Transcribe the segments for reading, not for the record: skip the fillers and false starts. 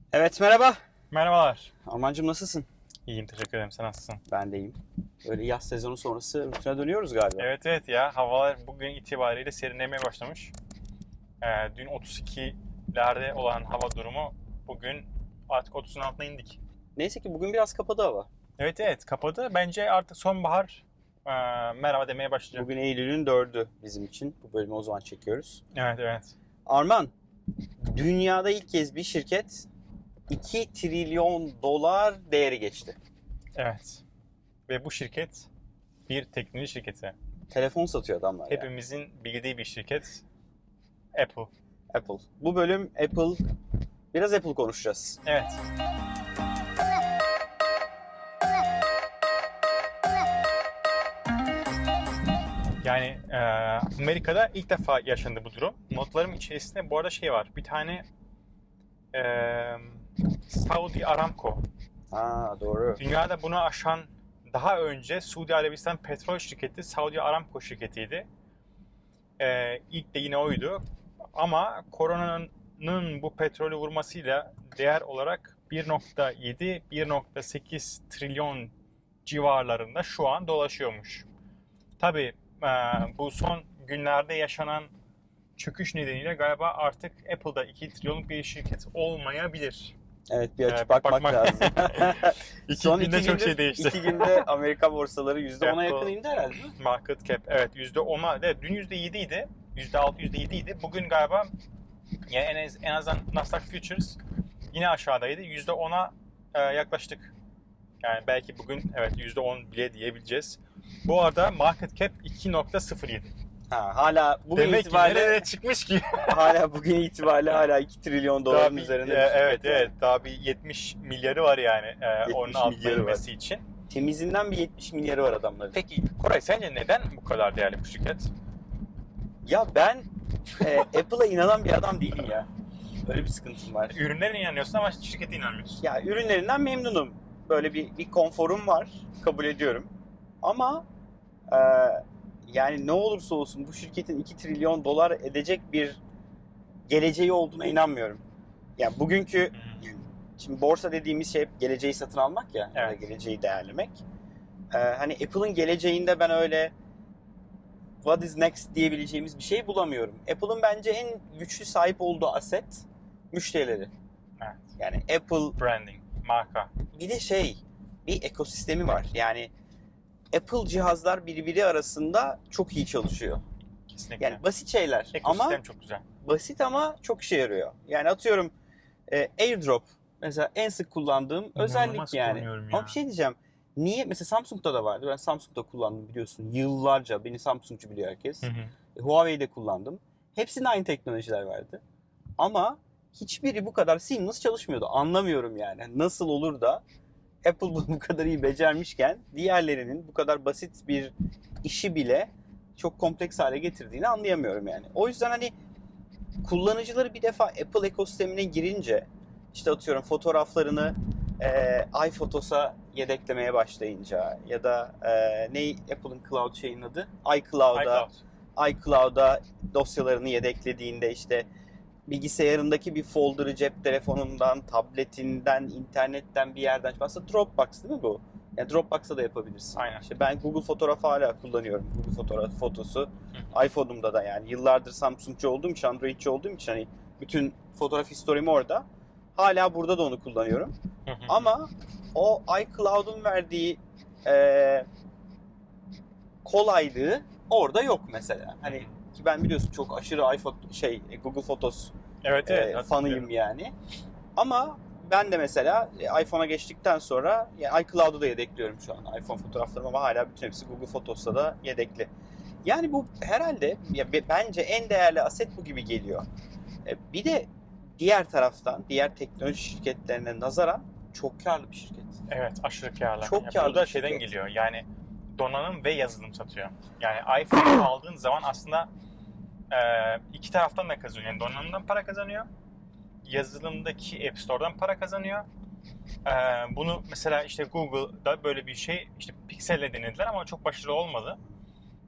Evet, merhaba. Merhabalar. Armancığım, nasılsın? İyiyim, teşekkür ederim. Sen nasılsın? Ben de iyiyim. Böyle yaz sezonu sonrası rutine dönüyoruz galiba. Evet ya, havalar bugün itibariyle serinlemeye başlamış. Dün 32'lerde olan hava durumu bugün artık 30'un altına indik. Neyse ki bugün biraz kapadı hava. Evet kapadı. Bence artık sonbahar merhaba demeye başlayacak. Bugün Eylül'ün 4'ü bizim için. Bu bölümü o zaman çekiyoruz. Evet. Arman, dünyada ilk kez bir şirket 2 trilyon dolar değeri geçti. Evet. Ve bu şirket bir teknoloji şirketi. Telefon satıyor adamlar ya. Hepimizin bildiği bir şirket. Apple. Apple. Bu bölüm biraz Apple konuşacağız. Evet. Yani Amerika'da ilk defa yaşandı bu durum. Notlarım içerisinde bu arada şey var. Bir tane e, Saudi Aramco. Doğru. Dünyada bunu aşan daha önce Suudi Arabistan petrol şirketi Saudi Aramco şirketiydi. İlk de yine oydu. Ama koronanın bu petrolü vurmasıyla değer olarak 1.7-1.8 trilyon civarlarında şu an dolaşıyormuş. Tabii bu son günlerde yaşanan çöküş nedeniyle galiba artık Apple'da 2 trilyonluk bir şirket olmayabilir. Evet, bir açıp bakmak lazım. Son günde çok şey değişti. 2 günde Amerika borsaları %10'a yakın Apple, indi herhalde, değil mi? Market cap evet %10'a, evet, dün %7 idi. %6, %7 idi. Bugün galiba yani en azından Nasdaq Futures yine aşağıdaydı. %10'a yaklaştık. Yani belki bugün evet %10 bile diyebileceğiz. Bu arada market cap 2.07. Hala bugün Demek itibariyle ki nereye çıkmış ki? hala bugün itibariyle hala 2 trilyon Daha doların bir, üzerinde evet daha bir 70 milyarı var yani 70 onun altına milyarı var. inmesi için. Temizinden bir 70 milyarı var adamların. Peki Koray, sence neden bu kadar değerli bu şirket? Ya ben Apple'a inanan bir adam değilim ya. Öyle bir sıkıntım var. Ürünlerine inanıyorsun ama şirkete inanmıyorsun. Ya ürünlerinden memnunum. Böyle bir konforum var. Kabul ediyorum. Ama e, yani ne olursa olsun bu şirketin 2 trilyon dolar edecek bir geleceği olduğuna inanmıyorum. Yani bugünkü şimdi borsa dediğimiz şey hep geleceği satın almak ya. Ya da Evet. geleceği değerlemek. Hani Apple'ın geleceğinde ben öyle what is next diyebileceğimiz bir şey bulamıyorum. Apple'ın bence en güçlü sahip olduğu aset müşterileri. Evet. Yani Apple Branding, marka. bir de bir ekosistemi var. Yani Apple cihazlar birbiri arasında çok iyi çalışıyor. Kesinlikle. Yani basit şeyler Ekosistem ama çok güzel. basit ama çok işe yarıyor. Yani atıyorum AirDrop mesela en sık kullandığım özellik İnanılmaz yani. kullanıyorum ya. Ama bir şey diyeceğim. Niye? Mesela Samsung'da da vardı. Ben Samsung'da kullandım biliyorsun. Yıllarca. Beni Samsungcu biliyor herkes. Huawei'de kullandım. Hepsinde aynı teknolojiler vardı. Ama hiçbiri bu kadar seamless çalışmıyordu. Anlamıyorum yani. Nasıl olur da Apple bunu bu kadar iyi becermişken diğerlerinin bu kadar basit bir işi bile çok kompleks hale getirdiğini anlayamıyorum yani. O yüzden hani kullanıcıları bir defa Apple ekosistemine girince işte atıyorum fotoğraflarını iPhotos'a yedeklemeye başlayınca ya da Apple'ın cloud şeyin adı? iCloud'a dosyalarını yedeklediğinde işte bilgisayarındaki bir folder'ı cep telefonundan, tabletinden, internetten bir yerden. Aslında Dropbox değil mi bu? Yani Dropbox'ta da yapabilirsin. Aynen. İşte ben Google Fotoğrafı hala kullanıyorum. Google fotosu. iPhone'umda da yani yıllardır Samsung'cu olduğum için, Android'ci olduğum için hani bütün fotoğraf historim orada. Hala burada da onu kullanıyorum. Ama o iCloud'un verdiği kolaylığı orada yok mesela. Hani ki ben biliyorsun çok aşırı Google Fotos Evet. fanıyım yani. Ama ben de mesela iPhone'a geçtikten sonra yani iCloud'u da yedekliyorum şu an. iPhone fotoğraflarım ama hala bütün hepsi Google Photos'ta da yedekli. Yani bu herhalde bence en değerli aset bu gibi geliyor. Bir de diğer taraftan diğer teknoloji şirketlerine nazaran çok karlı bir şirket. Evet, aşırı karlı. Çok Ya karlı bu da bir şeyden şirket. geliyor. Yani donanım ve yazılım satıyor. Yani iPhone'u aldığın zaman aslında iki taraftan da kazanıyor. Yani donanımdan para kazanıyor. Yazılımdaki App Store'dan para kazanıyor. Bunu mesela işte Google'da böyle bir şey işte Pixel'le denediler ama çok başarılı olmadı.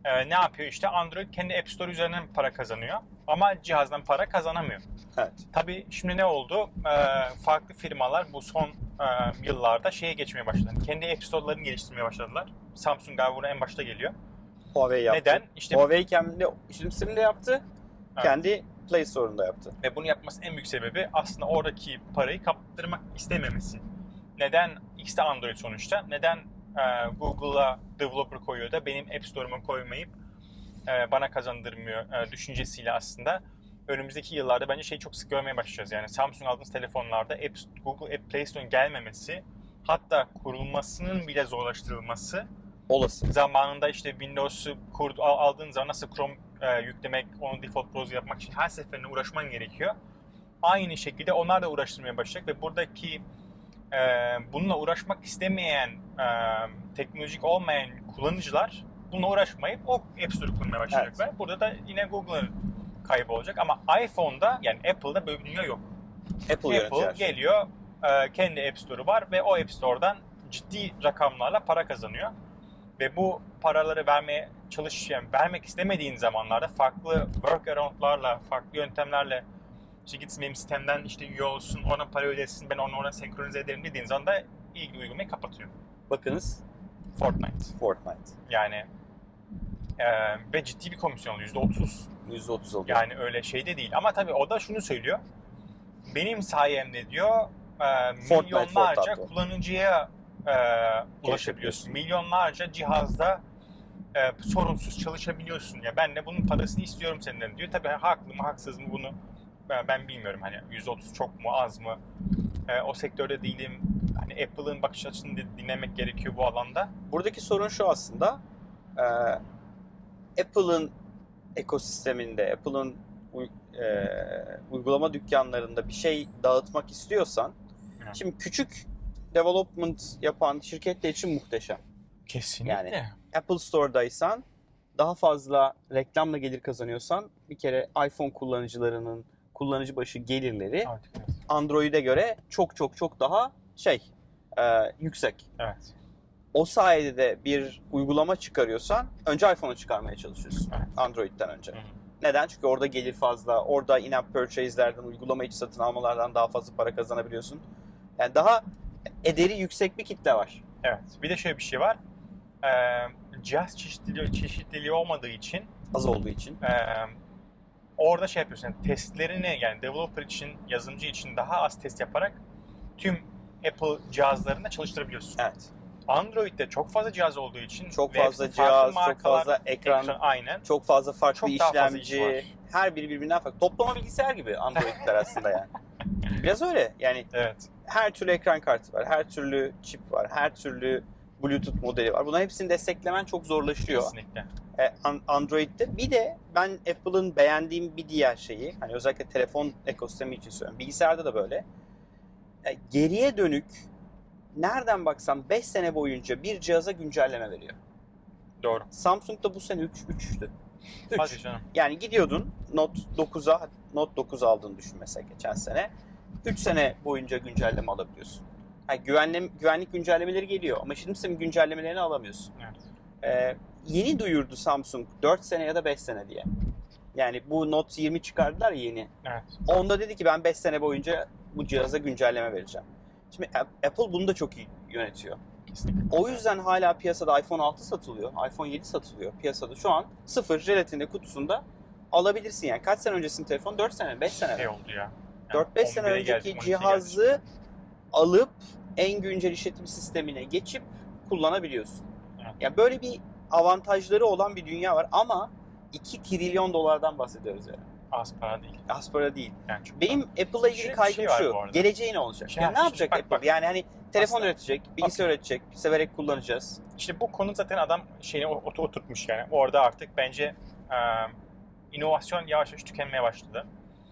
ne yapıyor? İşte Android kendi App Store üzerinden para kazanıyor. Ama cihazdan para kazanamıyor. Evet. Tabii şimdi ne oldu? Farklı firmalar bu son yıllarda şeye geçmeye başladı. Kendi App Store'larını geliştirmeye başladılar. Samsung galiba buna en başta geliyor. Huawei yaptı. Neden? İşte Huawei kendi işletim sisteminde yaptı. Evet. Kendi Play Store'unda yaptı. Ve bunu yapmasının en büyük sebebi aslında oradaki parayı kaptırmak istememesi. Neden? X de Android sonuçta. Neden Google'a developer koyuyor da benim App Store'uma koymayıp bana kazandırmıyor düşüncesiyle aslında önümüzdeki yıllarda bence şeyi çok sık görmeye başlayacağız. Yani Samsung aldığınız telefonlarda Google App Play Store'un gelmemesi, hatta kurulmasının bile zorlaştırılması. Olası. Zamanında işte Windows'u aldığın zaman nasıl Chrome yüklemek, onu default browser yapmak için her seferinde uğraşman gerekiyor. Aynı şekilde onlar da uğraştırmaya başlayacak ve buradaki bununla uğraşmak istemeyen, teknolojik olmayan kullanıcılar bununla uğraşmayıp o App Store'u kurmaya başlayacaklar. Evet. Burada da yine Google'ın kaybı olacak ama iPhone'da yani Apple'da böyle bir dünya yok. Apple geliyor, kendi App Store'u var ve o App Store'dan ciddi rakamlarla para kazanıyor. Ve bu paraları vermek istemediğin zamanlarda farklı workaround'larla, farklı yöntemlerle işte gitsin benim sistemden işte üye olsun, ona para ödesin, ben onu ona senkronize ederim dediğin zaman da ilgili uygulamayı kapatıyor. Bakınız. Fortnite. Yani ve ciddi bir komisyon alıyor. %30. %30 oluyor. Yani öyle şey de değil. Ama tabii o da şunu söylüyor. Benim sayemde diyor milyonlarca kullanıcıya ulaşabiliyorsun. Milyonlarca cihazda sorunsuz çalışabiliyorsun. Ya ben de bunun parasını istiyorum senden diyor. Tabii haklı mı haksız mı bunu ben bilmiyorum. Hani %30 çok mu az mı? O sektörde değilim. Hani Apple'ın bakış açısını dinlemek gerekiyor bu alanda. Buradaki sorun şu aslında. Apple'ın ekosisteminde, Apple'ın uygulama dükkanlarında bir şey dağıtmak istiyorsan, şimdi küçük development yapan şirketler için muhteşem. Kesinlikle. Yani Apple Store'daysan daha fazla reklamla gelir kazanıyorsan bir kere iPhone kullanıcılarının kullanıcı başı gelirleri Android'e göre çok daha yüksek. Evet. O sayede de bir uygulama çıkarıyorsan önce iPhone'u çıkarmaya çalışıyorsun. Evet. Android'den önce. Hı. Neden? Çünkü orada gelir fazla. Orada in-app purchase'lerden, uygulama içi satın almalardan daha fazla para kazanabiliyorsun. Yani daha ederi yüksek bir kitle var. Evet. Bir de şöyle bir şey var. Cihaz çeşitliliği olmadığı için, az olduğu için orada şey yapıyorsun. Yani testlerini yani developer için, yazılımcı için daha az test yaparak tüm Apple cihazlarında çalıştırabiliyorsun. Evet. Android'de çok fazla cihaz olduğu için çok fazla cihaz, çok fazla ekran, aynen. Çok fazla farklı çok işlemci, her biri birbirinden farklı. Toplama bilgisayar gibi Android'ler aslında yani. Biraz öyle. Yani evet. Her türlü ekran kartı var, her türlü çip var, her türlü Bluetooth modeli var. Bunların hepsini desteklemen çok zorlaşıyor. Kesinlikle. Android'de. Bir de ben Apple'ın beğendiğim bir diğer şeyi, hani özellikle telefon ekosistemi için söylüyorum. Bilgisayarda da böyle. Geriye dönük nereden baksan 5 sene boyunca bir cihaza güncelleme veriyor. Doğru. Samsung'da bu sene 3'tü. Hadi canım. Yani gidiyordun Note 9 aldığını düşün mesela geçen sene. 3 sene boyunca güncelleme alabiliyorsun. Yani güvenlik güncellemeleri geliyor ama şimdi senin güncellemelerini alamıyorsun. Evet. Yeni duyurdu Samsung 4 sene ya da 5 sene diye. Yani bu Note 20 çıkardılar ya yeni. Evet. Onda dedi ki ben 5 sene boyunca bu cihaza güncelleme vereceğim. Şimdi Apple bunu da çok iyi yönetiyor. Kesinlikle. O yüzden hala piyasada iPhone 6 satılıyor, iPhone 7 satılıyor. Piyasada şu an sıfır jelatinde kutusunda alabilirsin yani. Kaç sene öncesinin telefonu? 4 sene, 5 sene. Şey oldu ya. Yani 4-5 sene önceki cihazı alıp en güncel işletim sistemine geçip kullanabiliyorsun. Evet. Yani böyle bir avantajları olan bir dünya var ama 2 trilyon dolardan bahsediyoruz yani. Az para değil. Az para değil. Yani benim Apple'la ilgili kaygım şu. Geleceği ne olacak? Yani ne yapacak Apple? Bak. Yani hani telefon Aslında, üretecek, bilgisayar üretecek, severek kullanacağız. İşte bu konu zaten adam şeyini oturtmuş yani. Orada artık bence inovasyon yavaş yavaş tükenmeye başladı.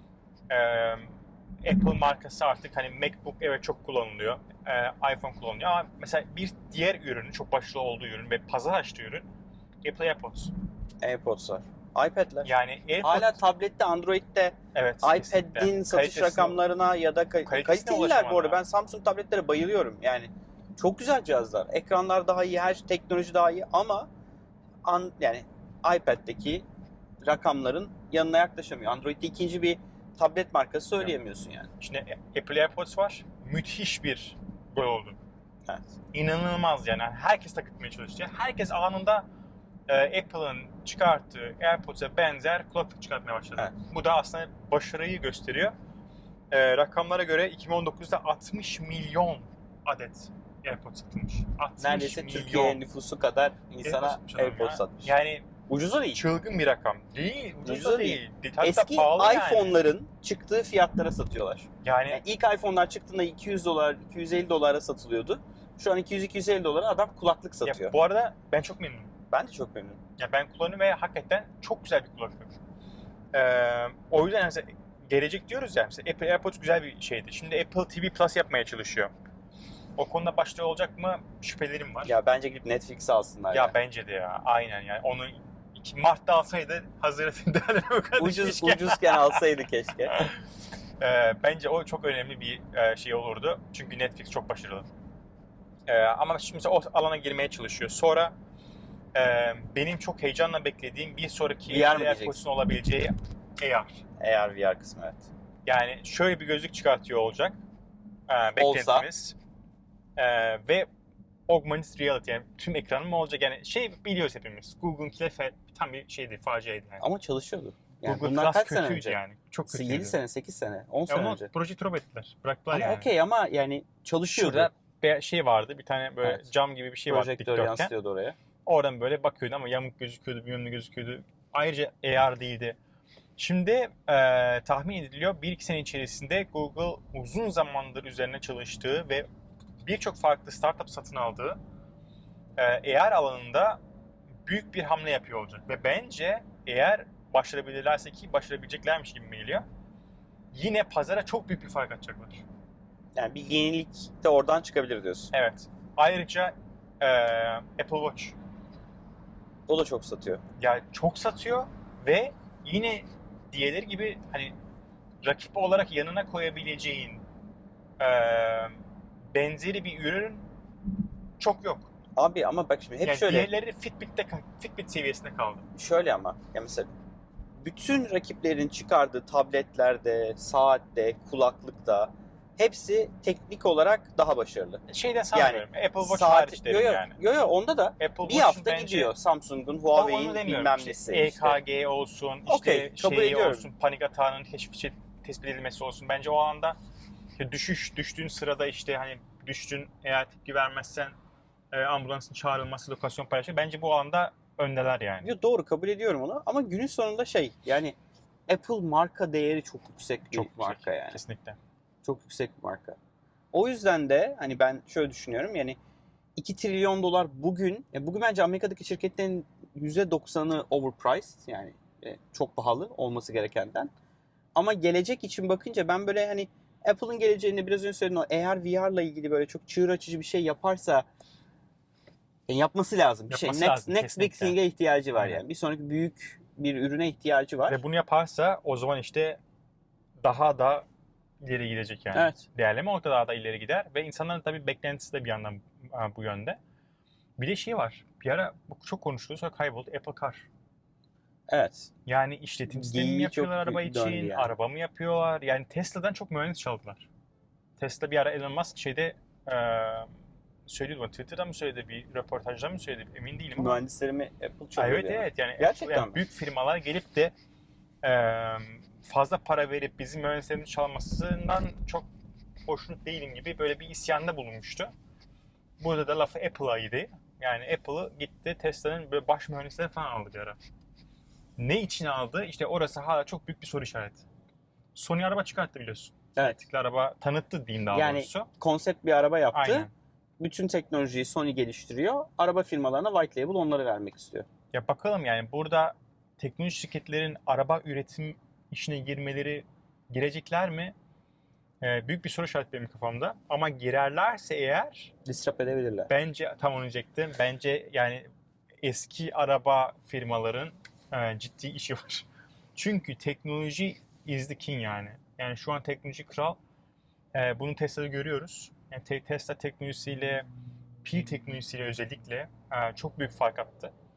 Apple markası artık hani MacBook evet çok kullanılıyor. iPhone kullanılıyor ama mesela bir diğer ürünü, çok başarılı olduğu ürün ve pazar açtığı ürün Apple AirPods. AirPods var. iPad'ler. Yani AirPods, hala tablette, Android'de evet, iPad'in satış rakamlarına ya da kaliteliler bu arada. Ben Samsung tabletlere bayılıyorum. Yani çok güzel cihazlar. Ekranlar daha iyi, her teknoloji daha iyi ama yani iPad'deki rakamların yanına yaklaşamıyor. Android'de ikinci bir tablet markası söyleyemiyorsun yani. Şimdi Apple AirPods var. Müthiş bir gol oldu. Evet. İnanılmaz yani. Herkes takıtmaya çalışıyor. Herkes anında Apple'ın çıkarttığı AirPods'a benzer kulaklık çıkartmaya başladı. Evet. Bu da aslında başarıyı gösteriyor. Rakamlara göre 2019'da 60 milyon adet AirPods satılmış. 60 Neredeyse milyon. Türkiye nüfusu kadar insana AirPods adam AirPods ya. satmış. Yani Ucuza değil. çılgın bir rakam. Değil, ucuz Ucuza da değil. değil. Hatta Eski pahalı yani. iPhone'ların çıktığı fiyatlara satıyorlar. Yani İlk iPhone'lar çıktığında 200 dolar, 250 dolara satılıyordu. Şu an 200-250 dolara adam kulaklık satıyor. ya bu arada ben çok memnunum. Ben de çok memnunum. Ya ben kullanıyorum ve hakikaten çok güzel bir kulaklık. O yüzden mesela gelecek diyoruz ya, mesela Apple AirPods güzel bir şeydi. Şimdi Apple TV Plus yapmaya çalışıyor. O konuda başta olacak mı şüphelerim var. Ya bence gidip Netflix'i alsınlar Ya ya. bence de ya. Aynen yani. Onu Mart'ta alsaydı Haziran'da bu kadar Ucuzken alsaydı keşke. Bence o çok önemli bir şey olurdu. Çünkü Netflix çok başarılı. Ama şimdi mesela o alana girmeye çalışıyor. Sonra benim çok heyecanla beklediğim bir sonraki VR mı AirPods'un olabileceği AR. Eğer VR kısmı evet. Yani şöyle bir gözlük çıkartıyor olacak. Olsa. Beklentimiz. Ve augmented reality, yani tüm ekranın mı olacak? Yani şey biliyoruz hepimiz. Google'ınkiler tam bir şeydi, faciaydı yani. Ama çalışıyordu. Yani Google bundan Glass kaç sene kötüydü önce? yani. Çok kötüydü. 7 sene, 8 sene, 10 sene Ama önce. projeyi drop ettiler. Bıraktılar Ama yani. okey ama yani çalışıyordu. Şurada bir şey vardı. Bir tane böyle Evet. cam gibi bir şey vardı. Projektör Dikdörtgen. yansıtıyordu oraya. Oradan böyle bakıyordu ama yamuk gözüküyordu, bir yönlü gözüküyordu. Ayrıca AR değildi. Şimdi tahmin ediliyor 1-2 sene içerisinde Google uzun zamandır üzerine çalıştığı ve birçok farklı startup satın aldığı AR alanında büyük bir hamle yapıyor olacak. Ve bence eğer başarabilirlerse, ki başarabileceklermiş gibi geliyor, yine pazara çok büyük bir fark atacaklar. Yani bir yenilik de oradan çıkabilir diyorsun. Evet. Ayrıca Apple Watch. O da çok satıyor. Yani çok satıyor ve yine diğerleri gibi hani rakip olarak yanına koyabileceğin benzeri bir ürün çok yok. Abi ama bak şimdi hep Yani şöyle. diğerleri Fitbit seviyesinde kaldı. Şöyle ama ya mesela bütün rakiplerin çıkardığı tabletlerde, saatte, kulaklıkta hepsi teknik olarak daha başarılı. Şeyden sanmıyorum. Apple Watch Saat, hariç derim yani. Yo onda da Apple bir Watch'un hafta bence- gidiyor. Samsung'un, Onu Huawei'in demiyorum. bilmem İşte nesi. EKG olsun, işte Okey, kabul şeyi ediyorum. olsun, panik atağının tespit edilmesi olsun. Bence o alanda işte düştüğün sırada işte hani düştün, eğer tepki vermezsen ambulansın çağrılması, lokasyon paylaşımı. Bence bu alanda öndeler yani. Yo, doğru kabul ediyorum onu ama günün sonunda yani Apple marka değeri çok yüksek bir Çok yüksek, marka yani. kesinlikle. Çok yüksek bir marka. O yüzden de hani ben şöyle düşünüyorum yani 2 trilyon dolar bugün bence Amerika'daki şirketlerin %90'ı overpriced yani çok pahalı olması gerekenden. Ama gelecek için bakınca ben böyle hani Apple'ın geleceğini biraz önce söyledim, o AR VR'la ilgili böyle çok çığır açıcı bir şey yaparsa yani yapması lazım. Yapması Next lazım, big kesinlikle. thing'e ihtiyacı var Aynen. yani. Bir sonraki büyük bir ürüne ihtiyacı var. Ve bunu yaparsa o zaman işte daha da ileri gidecek yani. Evet. Değerleme o daha da ileri gider ve insanların tabii beklentisi de bir yandan bu yönde. Bir de şey var. Bir ara bu çok konuşuldu, sonra kayboldu. Apple Car. Evet. Yani işletim sistemi mi Geyiği yapıyorlar çok araba döndü için, yani. araba mı yapıyorlar? Yani Tesla'dan çok mühendis çaldılar. Tesla bir ara Elon Musk söylüyordu bana, Twitter'da mı söyledi, bir röportajda mı söyledi, emin değilim ama. Mühendislerimi Apple çok Evet övüyor. evet yani, Gerçekten mi? büyük firmalar gelip de fazla para verip bizim mühendislerimizi çalmasından çok hoşnut değilim gibi böyle bir isyanda bulunmuştu. Burada da lafı Apple'a idi. Yani Apple'ı gitti Tesla'nın böyle baş mühendisleri falan aldı bir ara. Ne için aldı? İşte orası hala çok büyük bir soru işareti. Sony araba çıkarttı biliyorsun. Evet. Elektrikli araba tanıttı diyeyim daha Yani doğrusu. konsept bir araba yaptı. Aynen. Bütün teknolojiyi Sony geliştiriyor. Araba firmalarına white label onları vermek istiyor. Ya bakalım yani burada teknoloji şirketlerin araba üretim işine girecekler mi? Büyük bir soru işareti benim kafamda. Ama girerlerse eğer Disrupt edebilirler. bence tam onu diyecektim. Bence yani eski araba firmaların ciddi işi var. Çünkü teknoloji is the king yani. Yani şu an teknoloji kral. Bunu Tesla'da görüyoruz. Yani Tesla teknolojisiyle, pil teknolojisiyle özellikle çok büyük fark attı.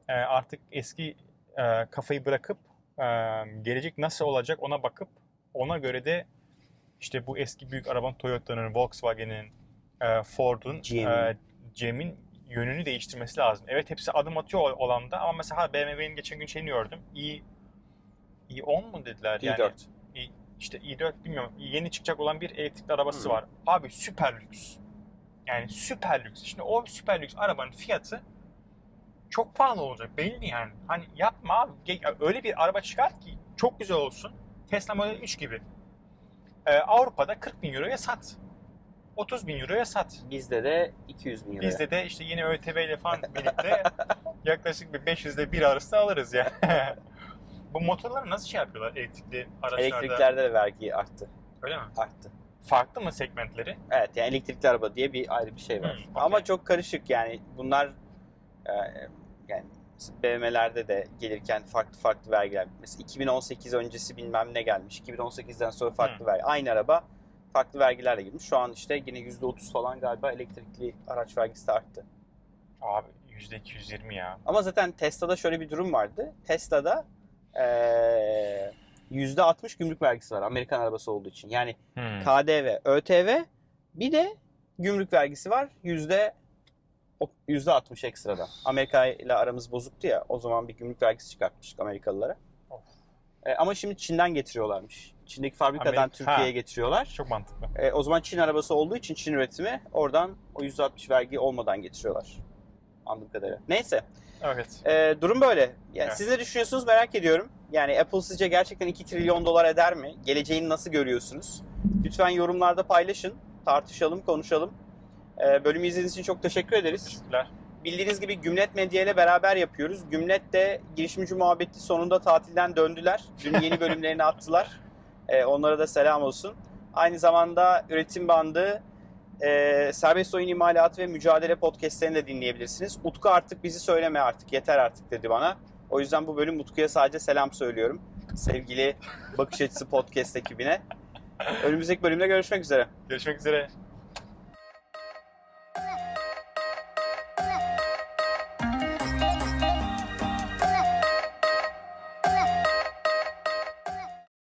artık eski kafayı bırakıp gelecek nasıl olacak ona bakıp ona göre de işte bu eski büyük arabanın Toyota'nın, Volkswagen'in, Ford'un, GM'in yönünü değiştirmesi lazım. Evet hepsi adım atıyor olanda ama mesela BMW'nin geçen gün şeyini gördüm. i10 mu dediler yani? i4. İşte i4 bilmiyorum. Yeni çıkacak olan bir elektrikli arabası var. Abi süper lüks. Yani süper lüks. Şimdi o süper lüks arabanın fiyatı çok pahalı olacak belli yani. Hani yapma abi. Öyle bir araba çıkart ki çok güzel olsun. Tesla Model 3 gibi. Avrupa'da 40 bin euroya sat. 30 bin euroya sat. Bizde de 200 bin euroya. Bizde de işte yine ÖTV ile falan birlikte yaklaşık bir 500 ile 1 arası alırız ya. Bu motorları nasıl şey yapıyorlar elektrikli araçlarda? Elektriklerde de vergi arttı. Öyle mi? Arttı. Farklı mı segmentleri? Evet yani elektrikli araba diye bir ayrı bir şey var. Okay. Ama çok karışık yani bunlar yani BMW'lerde de gelirken farklı vergiler. Mesela 2018 öncesi bilmem ne gelmiş. 2018'den sonra farklı vergi. Aynı araba farklı vergilerle girmiş. Şu an işte yine %30 falan galiba elektrikli araç vergisi de arttı. Abi %220 ya. Ama zaten Tesla'da şöyle bir durum vardı. Tesla'da %60 gümrük vergisi var Amerikan arabası olduğu için. Yani KDV, ÖTV bir de gümrük vergisi var. %60 ekstradan. Amerika ile aramız bozuktu ya. O zaman bir gümrük vergisi çıkartmıştık Amerikalılara. Ama şimdi Çin'den getiriyorlarmış. Çin'deki fabrikadan Türkiye'ye getiriyorlar. Çok mantıklı. O zaman Çin arabası olduğu için Çin üretimi oradan o %60 vergi olmadan getiriyorlar. Anladığım kadarıyla. Neyse. Evet. Durum böyle. Yani Evet. siz ne düşünüyorsunuz merak ediyorum. Yani Apple sizce gerçekten 2 trilyon dolar eder mi? Geleceğini nasıl görüyorsunuz? Lütfen yorumlarda paylaşın. Tartışalım, konuşalım. Bölümü izlediğiniz için çok teşekkür ederiz. Teşekkürler. Bildiğiniz gibi Gümlet Medya ile beraber yapıyoruz. Gümlet de girişimci muhabbeti sonunda tatilden döndüler. Dün yeni bölümlerini attılar. Onlara da selam olsun. Aynı zamanda Üretim Bandı, Serbest Oyun İmalatı ve Mücadele podcastlerini de dinleyebilirsiniz. Utku artık bizi söyleme artık, yeter artık dedi bana. O yüzden bu bölüm Utku'ya sadece selam söylüyorum. Sevgili Bakış Açısı Podcast ekibine. Önümüzdeki bölümde görüşmek üzere. Görüşmek üzere.